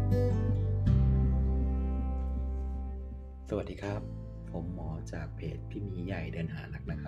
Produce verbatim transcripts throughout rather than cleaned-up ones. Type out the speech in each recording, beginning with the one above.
สวัสดีครับผมหมอจากเพจพี่หมีใหญ่เดินหารักนะครับ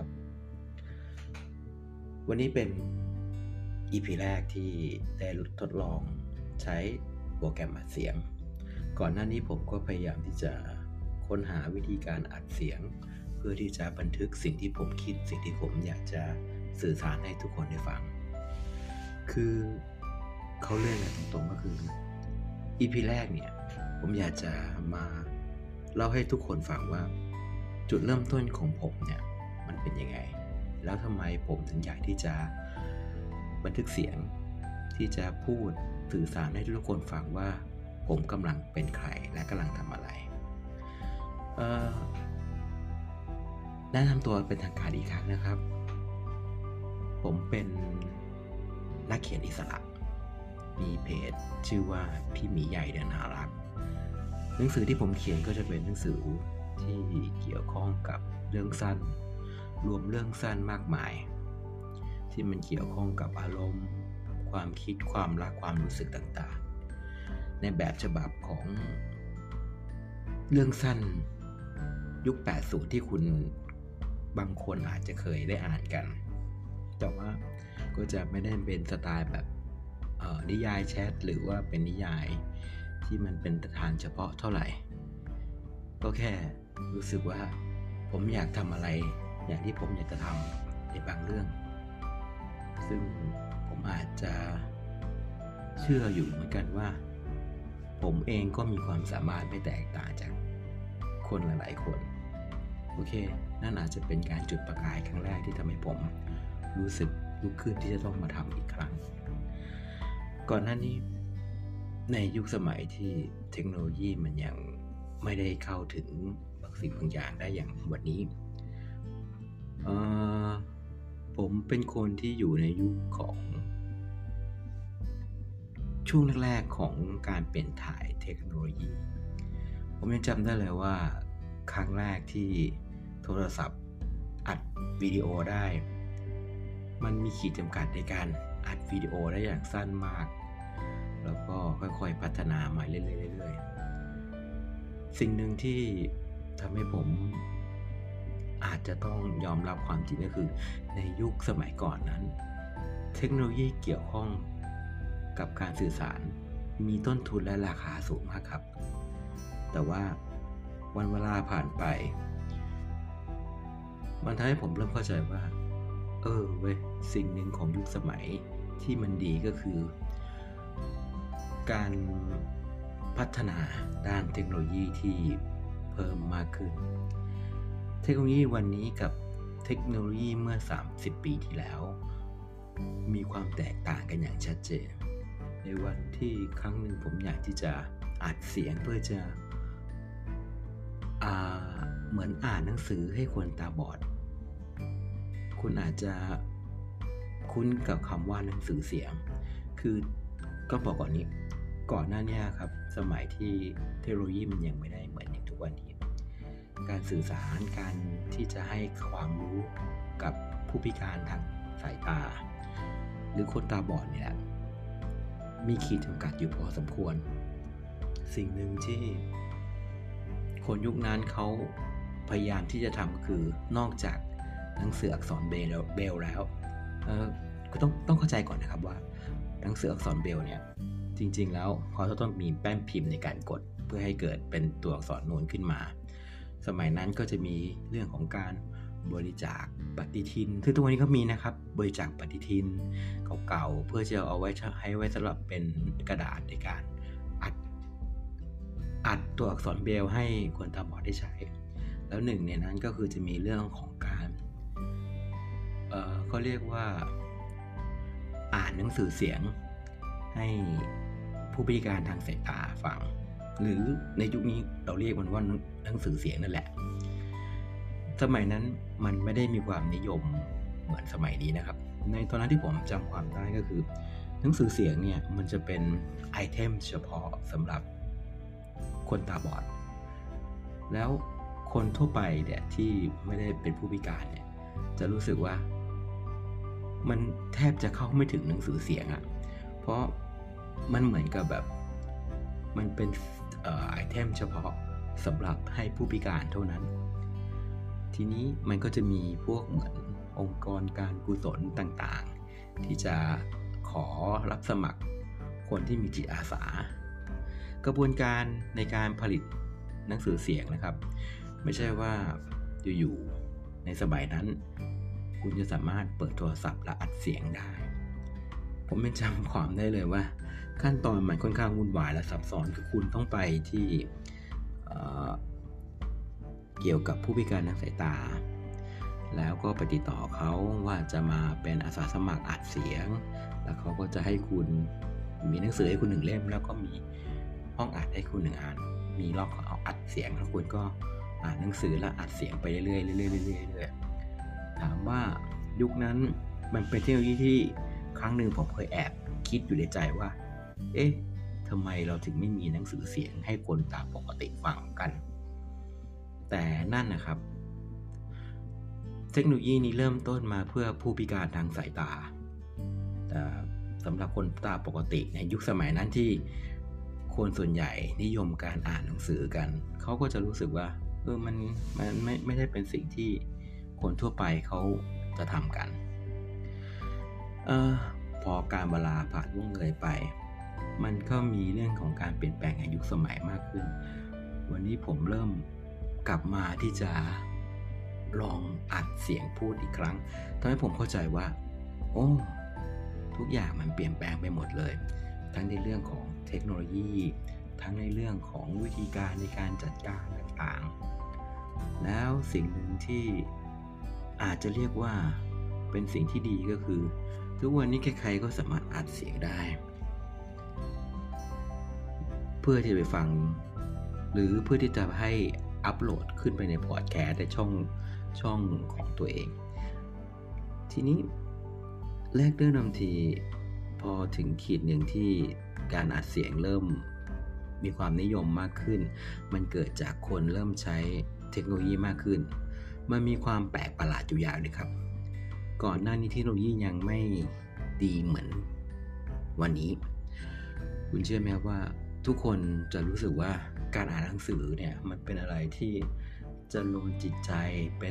วันนี้เป็น อี พี แรกที่ได้ทดลองใช้โปรแกรมอัดเสียงก่อนหน้านี้ผมก็พยายามที่จะค้นหาวิธีการอัดเสียงเพื่อที่จะบันทึกสิ่งที่ผมคิดสิ่งที่ผมอยากจะสื่อสารให้ทุกคนได้ฟังคือเขาเรื่องกันตรงๆก็คือ อี พี แรกเนี่ยผมอยากจะมาเล่าให้ทุกคนฟังว่าจุดเริ่มต้นของผมเนี่ยมันเป็นยังไงแล้วทำไมผมถึงอยากที่จะบันทึกเสียงที่จะพูดสื่อสารให้ทุกคนฟังว่าผมกำลังเป็นใครและกำลังทำอะไรเอ่อแนะนำตัวเป็นทางการอีกครั้งนะครับผมเป็นนักเขียนอิสระมีเพจชื่อว่าพี่หมีใหญ่เดินหารักหนังสือที่ผมเขียนก็จะเป็นหนังสือที่เกี่ยวข้องกับเรื่องสั้นรวมเรื่องสั้นมากมายที่มันเกี่ยวข้องกับอารมณ์ความคิดความรักความรู้สึกต่างๆในแบบฉบับของเรื่องสั้นยุคแปดสิบที่คุณบางคนอาจจะเคยได้อ่านกันแต่ว่าก็จะไม่ได้เป็นสไตล์แบบนิยายแชทหรือว่าเป็นนิยายที่มันเป็นทางเฉพาะเท่าไหร่ก็แค่รู้สึกว่าผมอยากทำอะไรอย่างที่ผมอยากจะทำในบางเรื่องซึ่งผมอาจจะเชื่ออยู่เหมือนกันว่าผมเองก็มีความสามารถไม่แตกต่างจากคนหลายๆคนโอเคนั่นอาจจะเป็นการจุดประกายครั้งแรกที่ทำให้ผมรู้สึกลุกขึ้นที่จะต้องมาทำอีกครั้งก่อนหน้านี้ในยุคสมัยที่เทคโนโลยีมันยังไม่ได้เข้าถึงบางสิ่งบางอย่างได้อย่างวันนี้เอ่อผมเป็นคนที่อยู่ในยุคของช่วงแรกๆของการเปลี่ยนถ่ายเทคโนโลยีผมยังจำได้เลยว่าครั้งแรกที่โทรศัพท์อัดวิดีโอได้มันมีขีดจำกัดในการอัดวิดีโอได้อย่างสั้นมากแล้วก็ค่อยๆพัฒนามาเรื่อยๆสิ่งหนึ่งที่ทำให้ผมอาจจะต้องยอมรับความจริงก็คือในยุคสมัยก่อนนั้นเทคโนโลยีเกี่ยวข้องกับการสื่อสารมีต้นทุนและราคาสูงมากครับแต่ว่าวันเวลาผ่านไปมันทำให้ผมเริ่มเข้าใจว่าเออเว้ยสิ่งหนึ่งของยุคสมัยที่มันดีก็คือการพัฒนาด้านเทคโนโลยีที่เพิ่มมากขึ้นเทคโนโลยีวันนี้กับเทคโนโลยีเมื่อสามสิบปีที่แล้วมีความแตกต่างกันอย่างชัดเจนในวันที่ครั้งหนึ่งผมอยากที่จะอัดเสียงเพื่อจะอ่าเหมือนอ่านหนังสือให้คนตาบอดคุณอาจจะคุ้นกับคำว่าหนังสือเสียงคือก็บอกก่อนนี้ก่อนหน้านี้ครับสมัยที่เทคโนโลยีมันยังไม่ได้เหมือนอย่างทุกวันนี้การสื่อสารการที่จะให้ความรู้กับผู้พิการทางสายตาหรือคนตาบอดเนี่ยมีขีดจำกัดอยู่พอสมควรสิ่งหนึ่งที่คนยุคนั้นเขาพยายามที่จะทำก็คือนอกจากหนังสืออักษรเบรลเบรลแล้วเออก็ต้องต้องเข้าใจก่อนนะครับว่าหนังสืออักษรเบรลเนี่ยจริงๆแล้วเขาจะต้องมีแป้นพิมพ์ในการกดเพื่อให้เกิดเป็นตัวอักษรนูนขึ้นมาสมัยนั้นก็จะมีเรื่องของการบริจาคปฏิทินซึ่งทุกวันนี้ก็มีนะครับบริจาคปฏิทินเก่าๆเพื่อจะเอาไว้ให้ไว้สำหรับเป็นกระดาษในการอัดอัดตัวอักษรเบรลให้คนตาบอดได้ใช้แล้วหนึ่งในนั้นก็คือจะมีเรื่องของการเอ่อเขาเรียกว่าอ่านหนังสือเสียงให้ผู้พิการทางสายตาฟังหรือในยุคนี้เราเรียกมันว่าหนังสือเสียงนั่นแหละสมัยนั้นมันไม่ได้มีความนิยมเหมือนสมัยนี้นะครับในตอนนั้นที่ผมจำความได้ก็คือหนังสือเสียงเนี่ยมันจะเป็นไอเทมเฉพาะสำหรับคนตาบอดแล้วคนทั่วไปเนี่ยที่ไม่ได้เป็นผู้พิการเนี่ยจะรู้สึกว่ามันแทบจะเข้าไม่ถึงหนังสือเสียงอ่ะเพราะมันเหมือนกับแบบมันเป็นเอ่อไอเทมเฉพาะสำหรับให้ผู้พิการเท่านั้นทีนี้มันก็จะมีพวกเหมือนองค์กรการกุศลต่างๆที่จะขอรับสมัครคนที่มีจิตอาสากระบวนการในการผลิตหนังสือเสียงนะครับไม่ใช่ว่าอยู่ๆในสมัยนั้นคุณจะสามารถเปิดโทรศัพท์และอัดเสียงได้ผมยังจำความได้เลยว่าขั้นตอนมันค่อนข้างวุ่นวายและซับซ้อนคือคุณต้องไปที่เอ่อเกี่ยวกับผู้พิการทางสายตาแล้วก็ไปติดต่อเขาว่าจะมาเป็นอาสาสมัครอัดเสียงแล้วเขาก็จะให้คุณมีหนังสือให้คุณหนึ่งเล่มแล้วก็มีห้องอัดให้คุณหนึ่งอันมีล็อกเอาอัดเสียงแล้วคุณก็อ่านหนังสือและอัดเสียงไปเรื่อยๆเรื่อยๆเรื่อยๆเรื่อยๆถามว่ายุคนั้นมันเป็นเทคโนโลยีที่ครั้งหนึ่งผมเคยแอบคิดอยู่ในใจว่าเอ๊ะทำไมเราถึงไม่มีหนังสือเสียงให้คนตามปกติฟังกันแต่นั่นนะครับเทคโนโลยีนี้เริ่มต้นมาเพื่อผู้พิการทางสายตาแต่สำหรับคนตาปกติในยุคสมัยนั้นที่คนส่วนใหญ่นิยมการอ่านหนังสือกันเขาก็จะรู้สึกว่าเออมันมันไม่ไม่ได้เป็นสิ่งที่คนทั่วไปเขาจะทำกันเออพอการเวลาผ่านล่วงเลยไปมันก็มีเรื่องของการเปลี่ยนแปลงในยุคสมัยมากขึ้นวันนี้ผมเริ่มกลับมาที่จะลองอัดเสียงพูดอีกครั้งทำให้ผมเข้าใจว่าโอ้ทุกอย่างมันเปลี่ยนแปลงไปหมดเลยทั้งในเรื่องของเทคโนโลยีทั้งในเรื่องของวิธีการในการจัดการต่างๆแล้วสิ่งหนึ่งที่อาจจะเรียกว่าเป็นสิ่งที่ดีก็คือทุกวันนี้ใครๆก็สามารถอัดเสียงได้เพื่อที่จะไปฟังหรือเพื่อที่จะให้อัปโหลดขึ้นไปในพอดแคสต์ในช่องช่องของตัวเองทีนี้แรกเริ่มนำทีพอถึงขีดหนึ่งที่การอัดเสียงเริ่มมีความนิยมมากขึ้นมันเกิดจากคนเริ่มใช้เทคโนโลยีมากขึ้นมันมีความแปลกประหลาดอยู่อย่างนึงครับก่อนหน้านี้เทคโนโลยียังไม่ดีเหมือนวันนี้คุณเชื่อไหมครับว่าทุกคนจะรู้สึกว่าการอ่านหนังสือเนี่ยมันเป็นอะไรที่จะลงจิตใจเป็น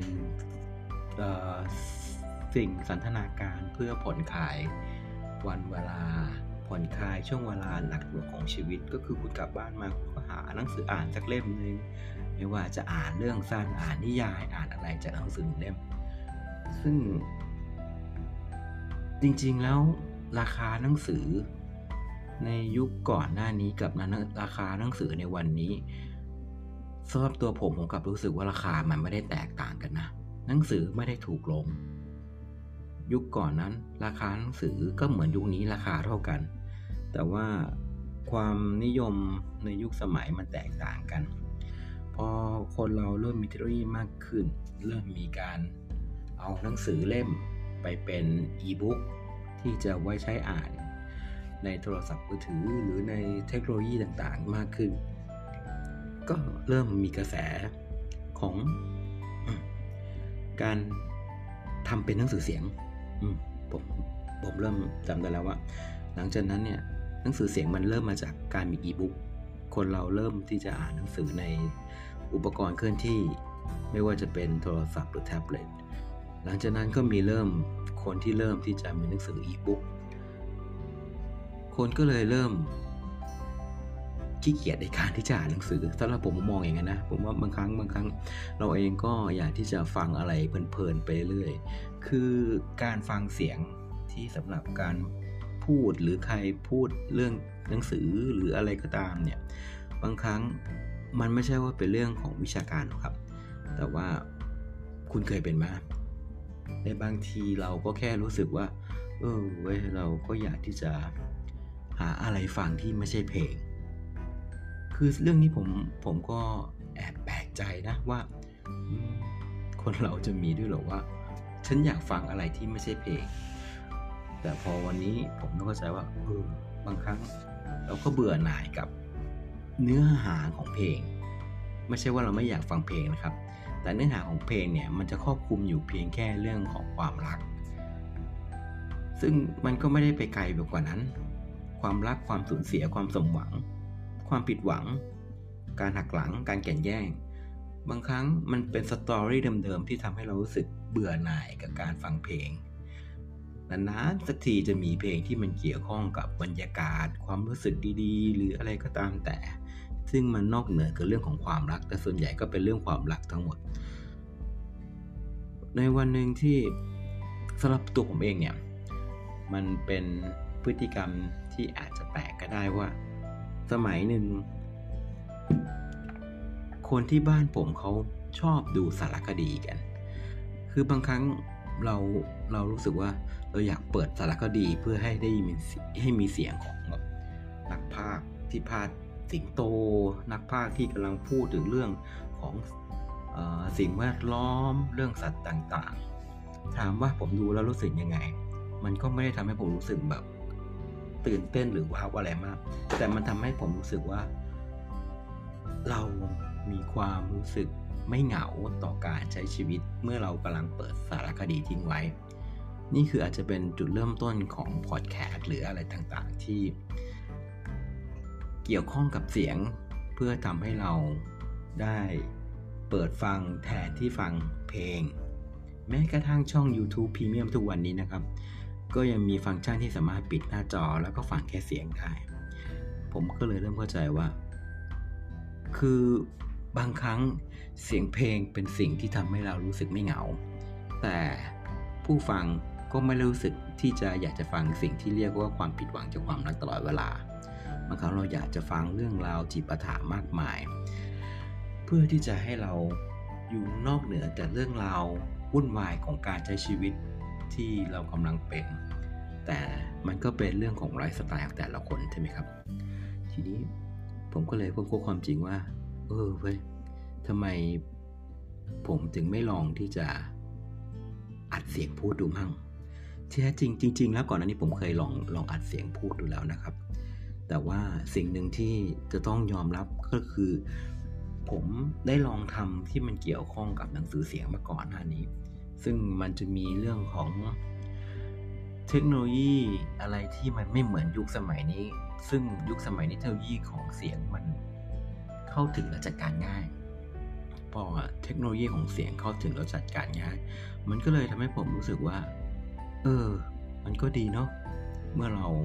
สิ่งสันทนาการเพื่อผ่อนคลายวันเวลาผ่อนคลายช่วงเวลาหนักหน่วงของชีวิตก็คือคุณกลับบ้านมาคุณก็หาหนังสืออ่านสักเล่มนึงไม่ว่าจะอ่านเรื่องสั้นอ่านนิยายอ่านอะไรจากหนังสือเล่มซึ่งจริงๆแล้วราคาหนังสือในยุคก่อนหน้านี้กับราคาหนังสือในวันนี้สำหรับตัวผมผมกลับรู้สึกว่าราคามันไม่ได้แตกต่างกันนะหนังสือไม่ได้ถูกลงยุคก่อนนั้นราคาหนังสือก็เหมือนยุคนี้ราคาเท่ากันแต่ว่าความนิยมในยุคสมัยมันแตกต่างกันพอคนเราเริ่มมีเทคโนโลยีมากขึ้นเริ่มมีการเอาหนังสือเล่มไปเป็นอีบุ๊กที่จะไว้ใช้อ่านในโทรศัพท์มือถือหรือในเทคโนโลยีต่างๆมากขึ้นก็เริ่มมีกระแสของการทำเป็นหนังสือเสียงผมผมเริ่มจำได้แล้วว่าหลังจากนั้นเนี่ยหนังสือเสียงมันเริ่มมาจากการมีอีบุ๊กคนเราเริ่มที่จะอ่านหนังสือในอุปกรณ์เคลื่อนที่ไม่ว่าจะเป็นโทรศัพท์หรือแท็บเล็ตหลังจากนั้นก็มีเริ่มคนที่เริ่มที่จะมีหนังสืออีบุ๊กคนก็เลยเริ่มขี้เกียจในการที่จะอ่านหนังสือสำหรับผมมองอย่างนั้นนะผมว่าบางครั้งบางครั้งเราเองก็อยากที่จะฟังอะไรเพลินๆไปเรื่อยคือการฟังเสียงที่สำหรับการพูดหรือใครพูดเรื่องหนังสือหรืออะไรก็ตามเนี่ยบางครั้งมันไม่ใช่ว่าเป็นเรื่องของวิชาการหรอกครับแต่ว่าคุณเคยเป็นไหมในบางทีเราก็แค่รู้สึกว่าเออเว้ยเราก็อยากที่จะหาอะไรฟังที่ไม่ใช่เพลงคือเรื่องนี้ผมผมก็แอบแปลกใจนะว่าคนเราจะมีด้วยหรอว่าฉันอยากฟังอะไรที่ไม่ใช่เพลงแต่พอวันนี้ผมต้องเข้าใจว่าเออบางครั้งเราก็เบื่อหน่ายกับเนื้อหาของเพลงไม่ใช่ว่าเราไม่อยากฟังเพลงนะครับแต่เนื้อหาของเพลงเนี่ยมันจะครอบคลุมอยู่เพียงแค่เรื่องของความรักซึ่งมันก็ไม่ได้ไปไกลไปกว่านั้นความรักความสูญเสียความสมหวังความผิดหวังการหักหลังการแก่งแย่งบางครั้งมันเป็นสตอรี่เดิมๆที่ทำให้เรารู้สึกเบื่อหน่ายกับการฟังเพลงนานๆสักทีจะมีเพลงที่มันเกี่ยวข้องกับบรรยากาศความรู้สึกดีๆหรืออะไรก็ตามแต่ซึ่งมันนอกเหนือกับเรื่องของความรักแต่ส่วนใหญ่ก็เป็นเรื่องความรักทั้งหมดในวันหนึ่งที่สำหรับตัวผมเองเนี่ยมันเป็นพฤติกรรมที่อาจจะแปลกก็ได้ว่าสมัยหนึ่งคนที่บ้านผมเขาชอบดูสารคดีกันคือบางครั้งเราเรารู้สึกว่าเราอยากเปิดสารคดีเพื่อให้ได้มีให้มีเสียงของแบบนักพากย์ที่พากย์สิงโตนักพากย์ที่กำลังพูดถึงเรื่องของเอ่อสิ่งแวดล้อมเรื่องสัตว์ต่างๆถามว่าผมดูแล้วรู้สึกยังไงมันก็ไม่ได้ทำให้ผมรู้สึกแบบตื่นเต้นหรือว้าวอะไรมากแต่มันทำให้ผมรู้สึกว่าเรามีความรู้สึกไม่เหงาต่อการใช้ชีวิตเมื่อเรากำลังเปิดสารคดีทิ้งไว้นี่คืออาจจะเป็นจุดเริ่มต้นของพอดแคสต์หรืออะไรต่างๆที่เกี่ยวข้องกับเสียงเพื่อทำให้เราได้เปิดฟังแทนที่ฟังเพลงแม้กระทั่งช่อง YouTube Premium ทุกวันนี้นะครับก็ยังมีฟังก์ชันที่สามารถปิดหน้าจอแล้วก็ฟังแค่เสียงได้ผมก็เลยเริ่มเข้าใจว่าคือบางครั้งเสียงเพลงเป็นสิ่งที่ทำให้เรารู้สึกไม่เหงาแต่ผู้ฟังก็ไม่รู้สึกที่จะอยากจะฟังสิ่งที่เรียกว่าความผิดหวังจากความรักตลอดเวลาบางครั้งเราอยากจะฟังเรื่องราวจิปาถะมากมายเพื่อที่จะให้เราอยู่นอกเหนือจากเรื่องราววุ่นวายของการใช้ชีวิตที่เรากำลังเป็นแต่มันก็เป็นเรื่องของไลฟ์สไตล์ของแต่ละคนใช่ไหมครับทีนี้ผมก็เลยค้นพบความจริงว่าเออเว้ยทำไมผมถึงไม่ลองที่จะอัดเสียงพูดดูมั่งแท้จริงจริงๆแล้วก่อนหน้านี้ผมเคยลองลองอัดเสียงพูดดูแล้วนะครับแต่ว่าสิ่งหนึ่งที่จะต้องยอมรับก็คือผมได้ลองทำที่มันเกี่ยวข้องกับหนังสือเสียงมาก่อนหน้านี้ซึ่งมันจะมีเรื่องของเทคโนโลยีอะไรที่มันไม่เหมือนยุคสมัยนี้ซึ่งยุคสมัยนี้เทคโนโลยีของเสียงมันเข้าถึงและจัดการง่ายพอเทคโนโลยีของเสียงเข้าถึงแล้วจัดการง่ายมันก็เลยทำให้ผมรู้สึกว่าเออมันก็ดีเนาะเมื่อเรา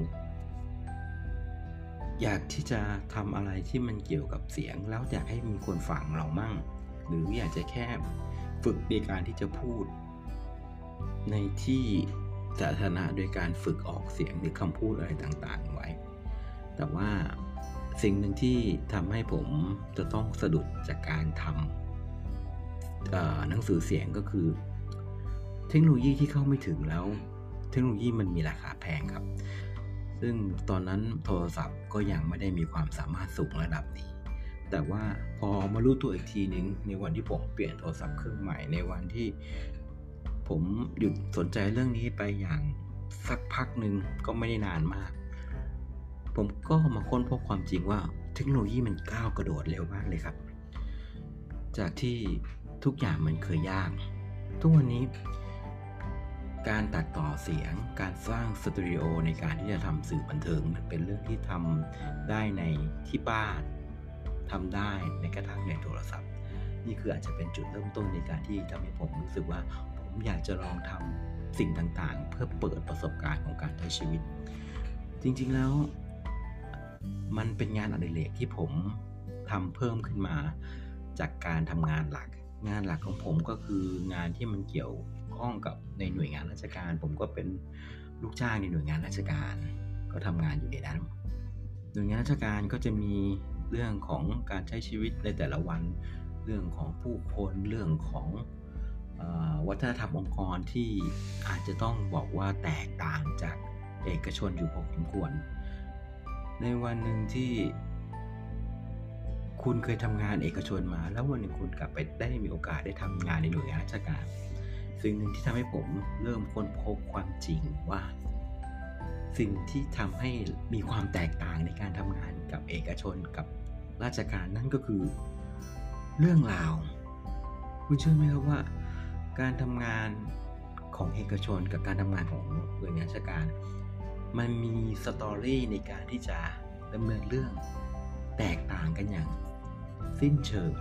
อยากที่จะทำอะไรที่มันเกี่ยวกับเสียงแล้วอยากให้มีคนฟังเรามั่งหรืออยากจะแค่ฝึกในการที่จะพูดในที่สาธารณะโดยการฝึกออกเสียงหรือคำพูดอะไรต่างๆไว้แต่ว่าสิ่งหนึ่งที่ทำให้ผมจะต้องสะดุดจากการทำหนังสือเสียงก็คือเทคโนโลยีที่เข้าไม่ถึงแล้วเทคโนโลยีมันมีราคาแพงครับซึ่งตอนนั้นโทรศัพท์ก็ยังไม่ได้มีความสามารถสูงระดับนี้แต่ว่าพอมารู้ตัวอีกทีนึงในวันที่ผมเปลี่ยนโทรศัพท์เครื่องใหม่ในวันที่ผมหยุดสนใจเรื่องนี้ไปอย่างสักพักนึงก็ไม่ได้นานมากผมก็มาค้นพบความจริงว่าเทคโนโลยีมันก้าวกระโดดเร็วมากเลยครับจากที่ทุกอย่างมันเคยยากทุกวันนี้การตัดต่อเสียงการสร้างสตูดิโอในการที่จะทำสื่อบันเทิงมันเป็นเรื่องที่ทำได้ในที่บ้านทำได้ในกระทั่งในโทรศัพท์นี่คืออาจจะเป็นจุดเริ่มต้นในการที่ทำให้ผมรู้สึกว่าผมอยากจะลองทำสิ่งต่างๆเพื่อเปิดประสบการณ์ของการใช้ชีวิตจริงๆแล้วมันเป็นงานอดิเรกที่ผมทำเพิ่มขึ้นมาจากการทำงานหลักงานหลักของผมก็คืองานที่มันเกี่ยวข้องกับในหน่วยงานราชการผมก็เป็นลูกจ้างในหน่วยงานราชการก็ทำงานอยู่ในนั้นหน่วยงานราชการก็จะมีเรื่องของการใช้ชีวิตในแต่ละวันเรื่องของผู้คนเรื่องของเอ่อวัฒนธรรมองค์กรที่อาจจะต้องบอกว่าแตกต่างจากเอกชนอยู่พอสมควรในวันหนึ่งที่คุณเคยทำงานเอกชนมาแล้ววันหนึ่งคุณกลับไปได้มีโอกาสได้ทำงานในหน่วยงานราชการสิ่งหนึ่งที่ทำให้ผมเริ่มค้นพบความจริงว่าสิ่งที่ทำให้มีความแตกต่างในการทำงานกับเอกชนกับราชการนั่นก็คือเรื่องราวคุณเชื่อไหมครับว่าการทำงานของเอกชนกับการทำงานของหน่วยงานราชการมันมีสตอรี่ในการที่จะดำเนินเรื่องแตกต่างกันอย่างสิ้นเชิง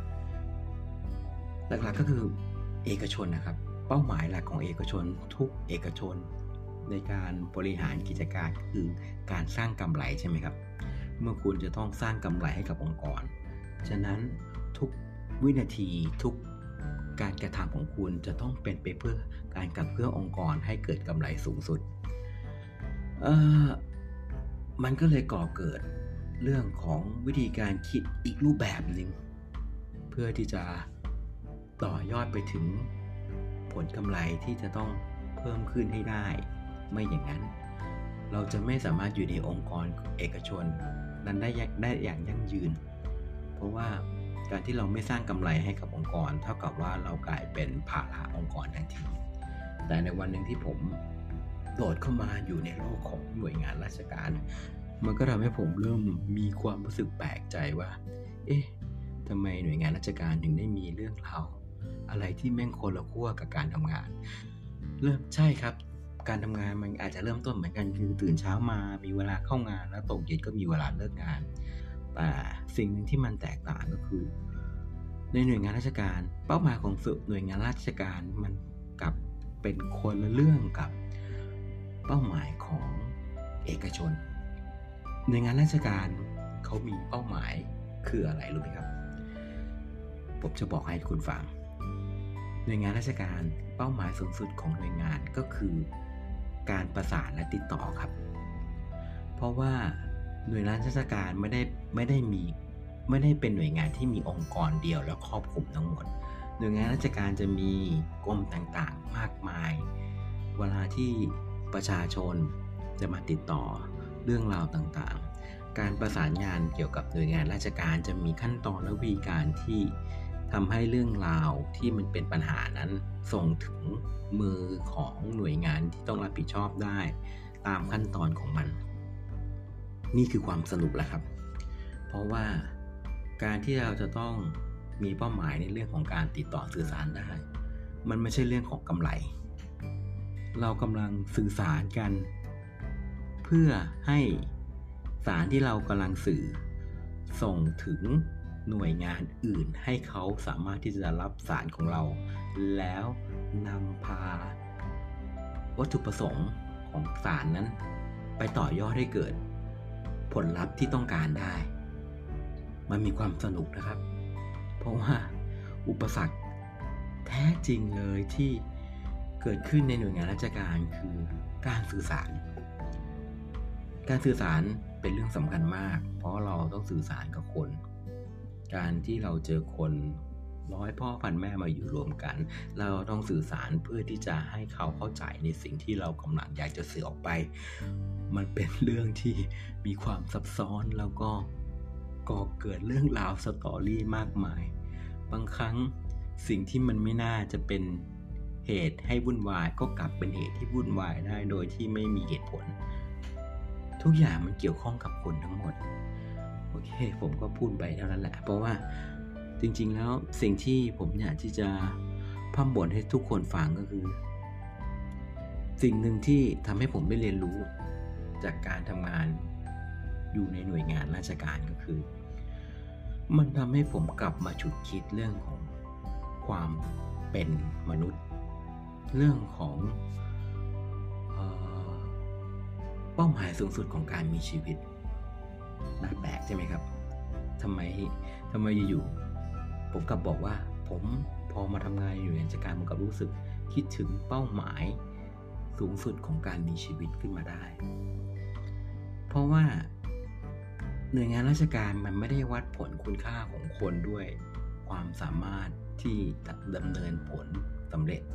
หลักๆก็คือเอกชนนะครับเป้าหมายหลักของเอกชนทุกเอกชนในการบริหารกิจการคือการสร้างกำไรใช่ไหมครับเมื่อคุณจะต้องสร้างกำไรให้กับองค์กรฉะนั้นทุกวินาทีทุกการกระทำของคุณจะต้องเป็นไปเพื่อการขับเคลื่อนองค์กรให้เกิดกำไรสูงสุดเอ่อมันก็เลยก่อเกิดเรื่องของวิธีการคิดอีกรูปแบบหนึ่งเพื่อที่จะต่อยอดไปถึงผลกำไรที่จะต้องเพิ่มขึ้นให้ได้ไม่อย่างนั้นเราจะไม่สามารถอยู่ในองค์กรเอกชนนั้นได้ได้อย่างยั่งยืนเพราะว่าการที่เราไม่สร้างกำไรให้กับองค์กรเท่ากับว่าเรากลายเป็นภาระองค์กรทันทีแต่ในวันหนึ่งที่ผมโดดเข้ามาอยู่ในโลกของหน่วยงานราชการมันก็ทำให้ผมเริ่มมีความรู้สึกแปลกใจว่าเอ๊ะทำไมหน่วยงานราชการถึงได้มีเรื่องราวอะไรที่แม่งคนละขั้วกับการทำงานเริ่มใช่ครับการทำงานมันอาจจะเริ่มต้นเหมือนกันคือตื่นเช้ามามีเวลาเข้างานแล้วตกเย็นก็มีเวลาเลิกงานแต่สิ่งหนึ่งที่มันแตกต่างก็คือในหน่วยงานราชการเป้าหมายของหน่วยงานราชการมันกลับเป็นคนละเรื่องกับเป้าหมายของเอกชนหน่วยงานราชการเขามีเป้าหมายคืออะไรรู้ไหมครับผมจะบอกให้คุณฟังหน่วยงานราชการเป้าหมายสูงสุดของหน่วยงานก็คือการประสานและติดต่อครับเพราะว่าหน่วยงานราชการไม่ได้ไม่ได้มีไม่ได้เป็นหน่วยงานที่มีองค์กรเดียวแล้วครอบคลุมทั้งหมดหน่วยงานราชการจะมีกรมต่างๆมากมายเวลาที่ประชาชนจะมาติดต่อเรื่องราวต่างๆการประสานงานเกี่ยวกับหน่วยงานราชการจะมีขั้นตอนและวิธีการที่ทำให้เรื่องราวที่มันเป็นปัญหานั้นส่งถึงมือของหน่วยงานที่ต้องรับผิดชอบได้ตามขั้นตอนของมันนี่คือความสนุกแหละครับเพราะว่าการที่เราจะต้องมีเป้าหมายในเรื่องของการติดต่อสื่อสารได้มันไม่ใช่เรื่องของกำไรเรากำลังสื่อสารกันเพื่อให้สารที่เรากำลังสื่อส่งถึงหน่วยงานอื่นให้เขาสามารถที่จะรับสารของเราแล้วนำพาวัตถุประสงค์ของสารนั้นไปต่อยอดให้เกิดผลลัพธ์ที่ต้องการได้มันมีความสนุกนะครับเพราะว่าอุปสรรคแท้จริงเลยที่เกิดขึ้นในหน่วยงานราชการคือการสื่อสารการสื่อสารเป็นเรื่องสำคัญมากเพราะเราต้องสื่อสารกับคนการที่เราเจอคนร้อยพ่อพันแม่มาอยู่รวมกันเราต้องสื่อสารเพื่อที่จะให้เขาเข้าใจในสิ่งที่เรากำลังอยากจะสื่อออกไปมันเป็นเรื่องที่มีความซับซ้อนแล้วก็ก่อเกิดเรื่องราวสตอรี่มากมายบางครั้งสิ่งที่มันไม่น่าจะเป็นเหตุให้วุ่นวายก็กลับเป็นเหตุที่วุ่นวายได้โดยที่ไม่มีเหตุผลทุกอย่างมันเกี่ยวข้องกับคนทั้งหมดโอเคผมก็พูดไปเท่านั้นแหละเพราะว่าจริงๆแล้วสิ่งที่ผมอยากที่จะพร่ำบ่นให้ทุกคนฟังก็คือสิ่งหนึ่งที่ทำให้ผมได้เรียนรู้จากการทำงานอยู่ในหน่วยงานราชการก็คือมันทำให้ผมกลับมาฉุดคิดเรื่องของความเป็นมนุษย์เรื่องของเอ่อเป้าหมายสูงสุดของการมีชีวิตน่าแปลกใช่ไหมครับทำไมทำไมอยู่ๆผมกลับบอกว่าผมพอมาทำงานอยู่ในราชการผมก็รู้สึกคิดถึงเป้าหมายสูงสุดของการมีชีวิตขึ้นมาได้เพราะว่าหน่วยงานราชการมันไม่ได้วัดผลคุณค่าของคนด้วยความสามารถที่ดำเนินผลสำเร็จ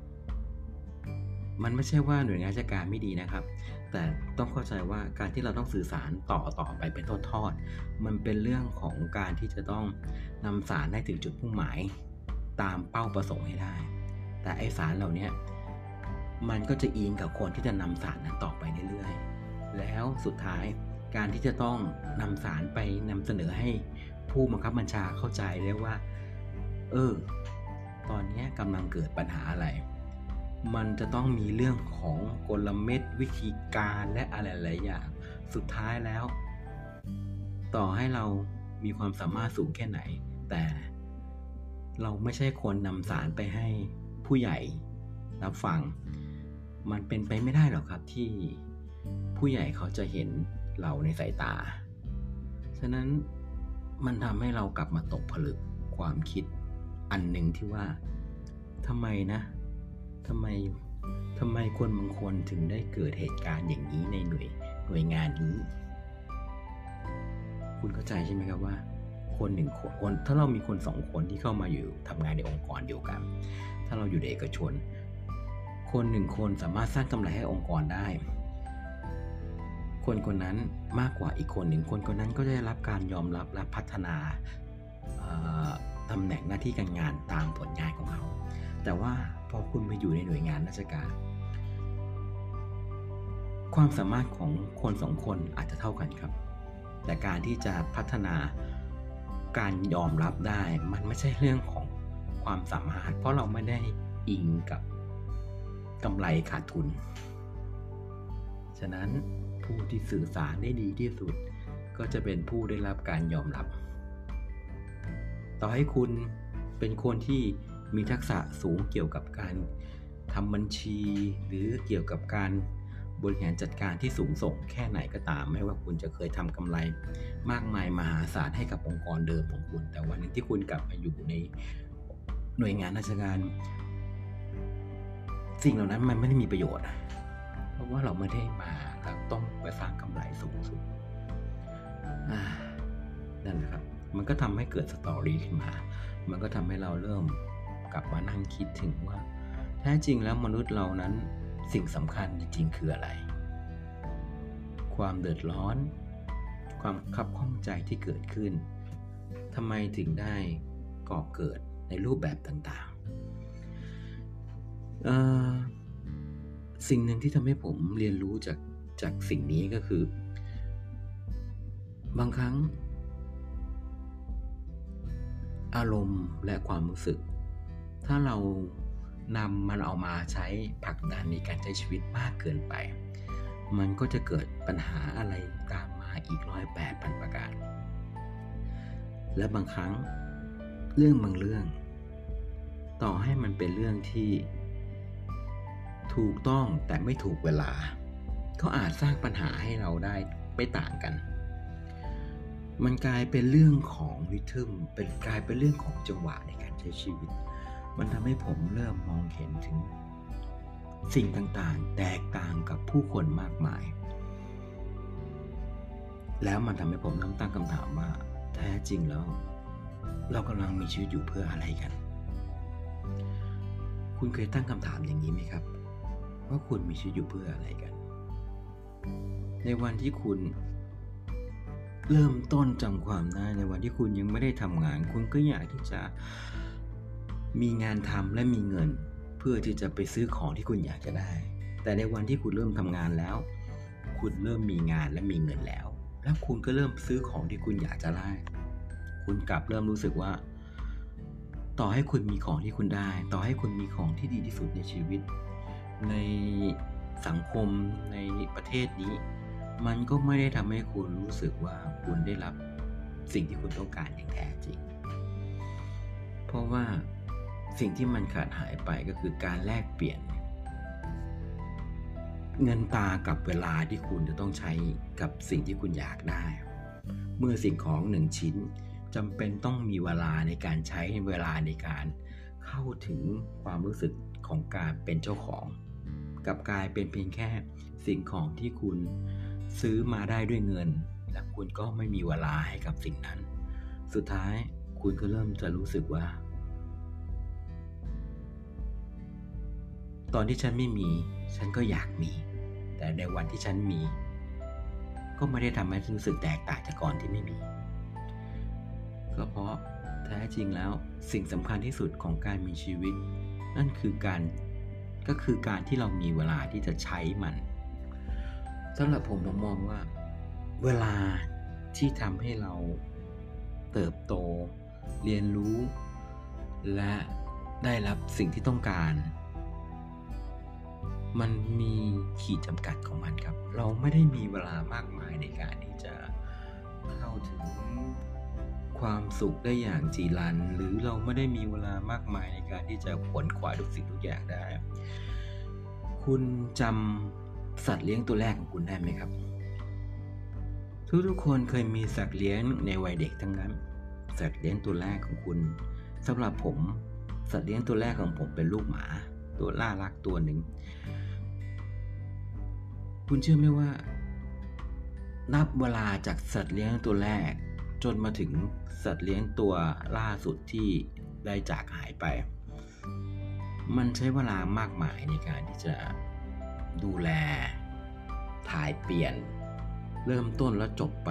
มันไม่ใช่ว่าหน่วยงานราชการไม่ดีนะครับแต่ต้องเข้าใจว่าการที่เราต้องสื่อสารต่อต่อไปเป็นทอดๆมันเป็นเรื่องของการที่จะต้องนำสารให้ถึงจุดมุ่งหมายตามเป้าประสงค์ให้ได้แต่ไอ้สารเหล่านี้มันก็จะอิงกับคนที่จะนำสารนั้นต่อไปเรื่อยๆแล้วสุดท้ายการที่จะต้องนำสารไปนำเสนอให้ผู้บังคับบัญชาเข้าใจได้ว่าเออตอนนี้กำลังเกิดปัญหาอะไรมันจะต้องมีเรื่องของกลเม็ดวิธีการและอะไรหลายอย่างสุดท้ายแล้วต่อให้เรามีความสามารถสูงแค่ไหนแต่เราไม่ใช่คนนำสารไปให้ผู้ใหญ่รับฟังมันเป็นไปไม่ได้หรอกครับที่ผู้ใหญ่เขาจะเห็นเราในสายตาฉะนั้นมันทำให้เรากลับมาตกผลึกความคิดอันหนึ่งที่ว่าทำไมนะทำไมทำไมคนบางคนถึงได้เกิดเหตุการณ์อย่างนี้ในหน่วยหน่วยงานนี้คุณเข้าใจใช่ไหมครับว่าคนหนึ่งคนถ้าเรามีคนสองคนที่เข้ามาอยู่ทำงานในองค์กรเดียวกันถ้าเราอยู่ในเอกชนคนหนึ่งคนสามารถสร้างกำไรให้องค์กรได้คนคนนั้นมากกว่าอีกคนหนึ่งคนคนนั้นก็ได้รับการยอมรับและพัฒนาตำแหน่งหน้าที่การงานตามผลงานของเขาแต่ว่าพอคุณไปอยู่ในหน่วยงานราชการความสามารถของคนสองคนอาจจะเท่ากันครับแต่การที่จะพัฒนาการยอมรับได้มันไม่ใช่เรื่องของความสามารถเพราะเราไม่ได้อิงกับกำไรขาดทุนฉะนั้นผู้ที่สื่อสารได้ดีที่สุดก็จะเป็นผู้ได้รับการยอมรับต่อให้คุณเป็นคนที่มีทักษะสูงเกี่ยวกับการทำบัญชีหรือเกี่ยวกับการบริหารจัดการที่สูงส่งแค่ไหนก็ตามไม่ว่าคุณจะเคยทำกำไรมากมายมหาศาลให้กับองค์กรเดิมของคุณแต่วันนึงที่คุณกลับมาอยู่ในหน่วยงานราชการสิ่งเหล่านั้นมันไม่ได้มีประโยชน์เพราะว่าเราไม่ได้มาแล้วต้องไปสร้างกำไรสูงสุดนั่นแหละครับมันก็ทำให้เกิดสตอรี่ขึ้นมามันก็ทำให้เราเริ่มกลับมานั่งคิดถึงว่าแท้จริงแล้วมนุษย์เรานั้นสิ่งสำคัญจริงๆคืออะไรความเดือดร้อนความคับข้องใจที่เกิดขึ้นทำไมถึงได้ก่อเกิดในรูปแบบต่างๆสิ่งหนึ่งที่ทำให้ผมเรียนรู้จากจากสิ่งนี้ก็คือบางครั้งอารมณ์และความรู้สึกถ้าเรานำมันเอามาใช้ผลักดันในการใช้ชีวิตมากเกินไปมันก็จะเกิดปัญหาอะไรตามมาอีกร้อยแปดพันประการและบางครั้งเรื่องบางเรื่องต่อให้มันเป็นเรื่องที่ถูกต้องแต่ไม่ถูกเวลาก็อาจสร้างปัญหาให้เราได้ไม่ต่างกันมันกลายเป็นเรื่องของริทึมเป็นกลายเป็นเรื่องของจังหวะในการใช้ชีวิตมันทำให้ผมเริ่มมองเห็นถึงสิ่งต่างๆแตกต่างกับผู้คนมากมายแล้วมันทำให้ผมเริ่มตั้งคำถามว่าแท้จริงแล้วเรากำลังมีชีวิตอยู่เพื่ออะไรกันคุณเคยตั้งคำถามอย่างนี้ไหมครับว่าคุณมีชีวิตอยู่เพื่ออะไรกันในวันที่คุณเริ่มต้นจำความได้ในวันที่คุณยังไม่ได้ทำงานคุณก็อยากที่จะมีงานทำและมีเงินเพื่อที่จะไปซื้อของที่คุณอยากจะได้แต่ในวันที่คุณเริ่มทำงานแล้วคุณเริ่มมีงานและมีเงินแล้วแล้วคุณก็เริ่มซื้อของที่คุณอยากจะได้คุณกลับเริ่มรู้สึกว่าต่อให้คุณมีของที่คุณได้ต่อให้คุณมีของที่ดีที่สุดในชีวิตในสังคมในประเทศนี้มันก็ไม่ได้ทำให้คุณรู้สึกว่าคุณได้รับสิ่งที่คุณต้องการอย่างแท้จริงเพราะว่าสิ่งที่มันขาดหายไปก็คือการแลกเปลี่ยนเงินตากับเวลาที่คุณจะต้องใช้กับสิ่งที่คุณอยากได้เมื่อสิ่งของหนึ่งชิ้นจำเป็นต้องมีเวลาในการใช้เวลาในการเข้าถึงความรู้สึกของการเป็นเจ้าของกับกลายเป็นเพียงแค่สิ่งของที่คุณซื้อมาได้ด้วยเงินและคุณก็ไม่มีเวลาให้กับสิ่งนั้นสุดท้ายคุณก็เริ่มจะรู้สึกว่าตอนที่ฉันไม่มีฉันก็อยากมีแต่ในวันที่ฉันมีก็ไม่ได้ทำให้รู้สึกแตกต่างจากก่อนที่ไม่มีก็เพราะแท้จริงแล้วสิ่งสำคัญที่สุดของการมีชีวิตนั่นคือการก็คือการที่เรามีเวลาที่จะใช้มันสำหรับผมผมมองว่าเวลาที่ทำให้เราเติบโตเรียนรู้และได้รับสิ่งที่ต้องการมันมีขีดจำกัดของมันครับเราไม่ได้มีเวลามากมายในการที่จะเข้าถึงความสุขได้อย่างจีรังหรือเราไม่ได้มีเวลามากมายในการที่จะขวนขวายทุกสิ่งทุกอย่างได้คุณจำสัตว์เลี้ยงตัวแรกของคุณได้ไหมครับทุกๆคนเคยมีสัตว์เลี้ยงในวัยเด็กทั้งนั้นสัตว์เลี้ยงตัวแรกของคุณสำหรับผมสัตว์เลี้ยงตัวแรกของผมเป็นลูกหมาตัวน่ารักตัวหนึ่งคุณเชื่อไหมว่านับเวลาจากสัตว์เลี้ยงตัวแรกจนมาถึงสัตว์เลี้ยงตัวล่าสุดที่ได้จากหายไปมันใช้เวลามากมายในการที่จะดูแลถ่ายเปลี่ยนเริ่มต้นแล้วจบไป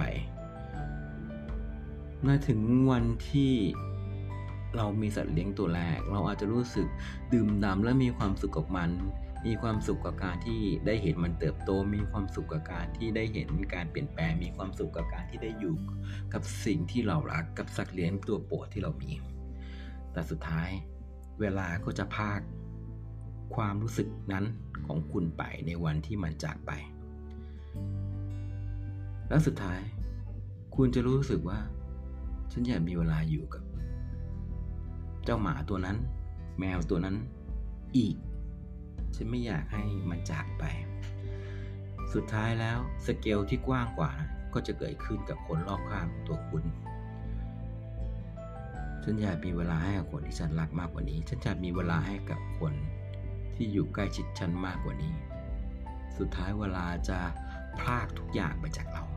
มาถึงวันที่เรามีสัตว์เลี้ยงตัวแรกเราอาจจะรู้สึกดื่มด่ำและมีความสุขกับมันมีความสุขกับการที่ได้เห็นมันเติบโตมีความสุขกับการที่ได้เห็นการเปลี่ยนแปลงมีความสุขกับการที่ได้อยู่กับสิ่งที่เรารักกับสัตว์เลี้ยงตัวโปรดที่เรามีแต่สุดท้ายเวลาก็จะพากความรู้สึกนั้นของคุณไปในวันที่มันจากไปแล้วสุดท้ายคุณจะรู้สึกว่าฉันอยากมีเวลาอยู่กับเจ้าหมาตัวนั้นแมวตัวนั้นอีกฉันไม่อยากให้มันจากไปสุดท้ายแล้วสเกลที่กว้างกว่าก็จะเกิดขึ้นกับคนรอบข้างตัวคุณฉันอยากมีเวลาให้กับคนที่ฉันรักมากกว่านี้ฉันอยากมีเวลาให้กับคนที่อยู่ใกล้ชิดฉันมากกว่านี้สุดท้ายเวลาจะพรากทุกอย่างไปจากเรา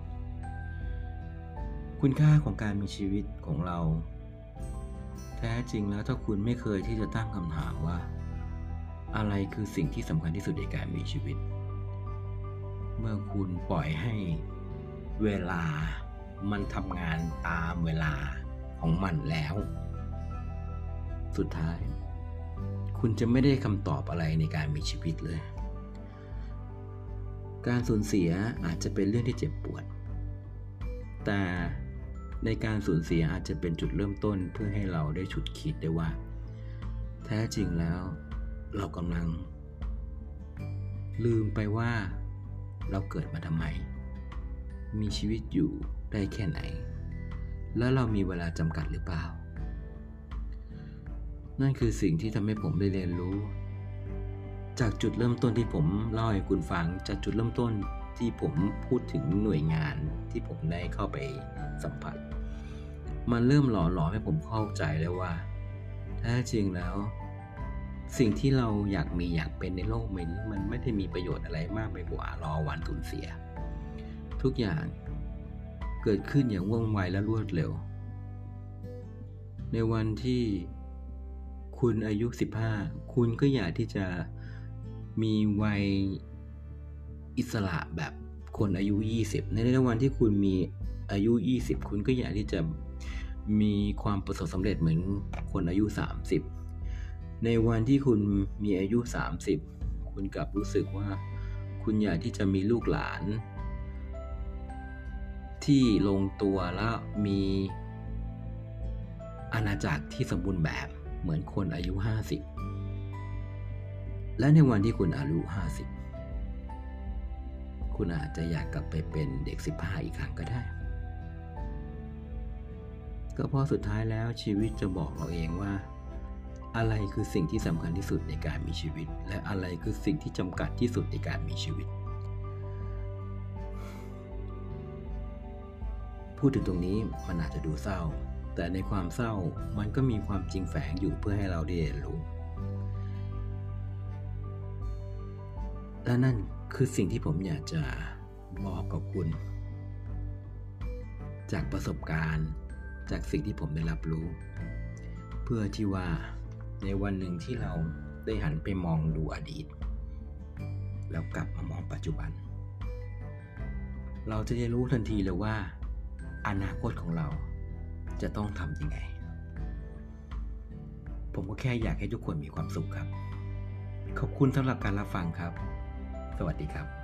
คุณค่าของการมีชีวิตของเราแท้จริงแล้วถ้าคุณไม่เคยที่จะตั้งคำถามว่าอะไรคือสิ่งที่สำคัญที่สุดในการมีชีวิตเมื่อคุณปล่อยให้เวลามันทำงานตามเวลาของมันแล้วสุดท้ายคุณจะไม่ได้คำตอบอะไรในการมีชีวิตเลยการสูญเสียอาจจะเป็นเรื่องที่เจ็บปวดแต่ในการสูญเสียอาจจะเป็นจุดเริ่มต้นเพื่อให้เราได้ฉุดคิดได้ว่าแท้จริงแล้วเรากำลังลืมไปว่าเราเกิดมาทำไมมีชีวิตอยู่ได้แค่ไหนแล้วเรามีเวลาจำกัดหรือเปล่านั่นคือสิ่งที่ทำให้ผมได้เรียนรู้จากจุดเริ่มต้นที่ผมเล่าให้คุณฟังจากจุดเริ่มต้นที่ผมพูดถึงหน่วยงานที่ผมได้เข้าไปสัมผัสมันเริ่มหล่อหลอมให้ผมเข้าใจแล้วว่าแท้จริงแล้วสิ่งที่เราอยากมีอยากเป็นในโลกใบนี้มันไม่ได้มีประโยชน์อะไรมากไปกว่ารอวันสูญเสียทุกอย่างเกิดขึ้นอย่างว่องไวและรวดเร็วในวันที่คุณอายุสิบห้าคุณก็อยากที่จะมีวัยอิสระแบบคนอายุยี่สิบในวันที่คุณมีอายุยี่สิบคุณก็อยากที่จะมีความประสบสำเร็จเหมือนคนอายุสามสิบในวันที่คุณมีอายุสามสิบคุณกลับรู้สึกว่าคุณอยากที่จะมีลูกหลานที่ลงตัวแล้วมีอาณาจักรที่สมบูรณ์แบบเหมือนคนอายุห้าสิบและในวันที่คุณอายุห้าสิบคุณอาจจะอยากกลับไปเป็นเด็กสิบห้าอีกครั้งก็ได้ก็เพราะสุดท้ายแล้วชีวิตจะบอกเราเองว่าอะไรคือสิ่งที่สำคัญที่สุดในการมีชีวิตและอะไรคือสิ่งที่จำกัดที่สุดในการมีชีวิตพูดถึงตรงนี้มันอาจจะดูเศร้าแต่ในความเศร้ามันก็มีความจริงแฝงอยู่เพื่อให้เราได้เรียนรู้และนั่นคือสิ่งที่ผมอยากจะบอกกับคุณจากประสบการณ์จากสิ่งที่ผมได้รับรู้เพื่อที่ว่าในวันหนึ่งที่เราได้หันไปมองดูอดีตแล้วกลับมามองปัจจุบันเราจะได้รู้ทันทีเลยว่าอนาคตของเราจะต้องทำยังไงผมก็แค่อยากให้ทุกคนมีความสุขครับขอบคุณสำหรับการรับฟังครับสวัสดีครับ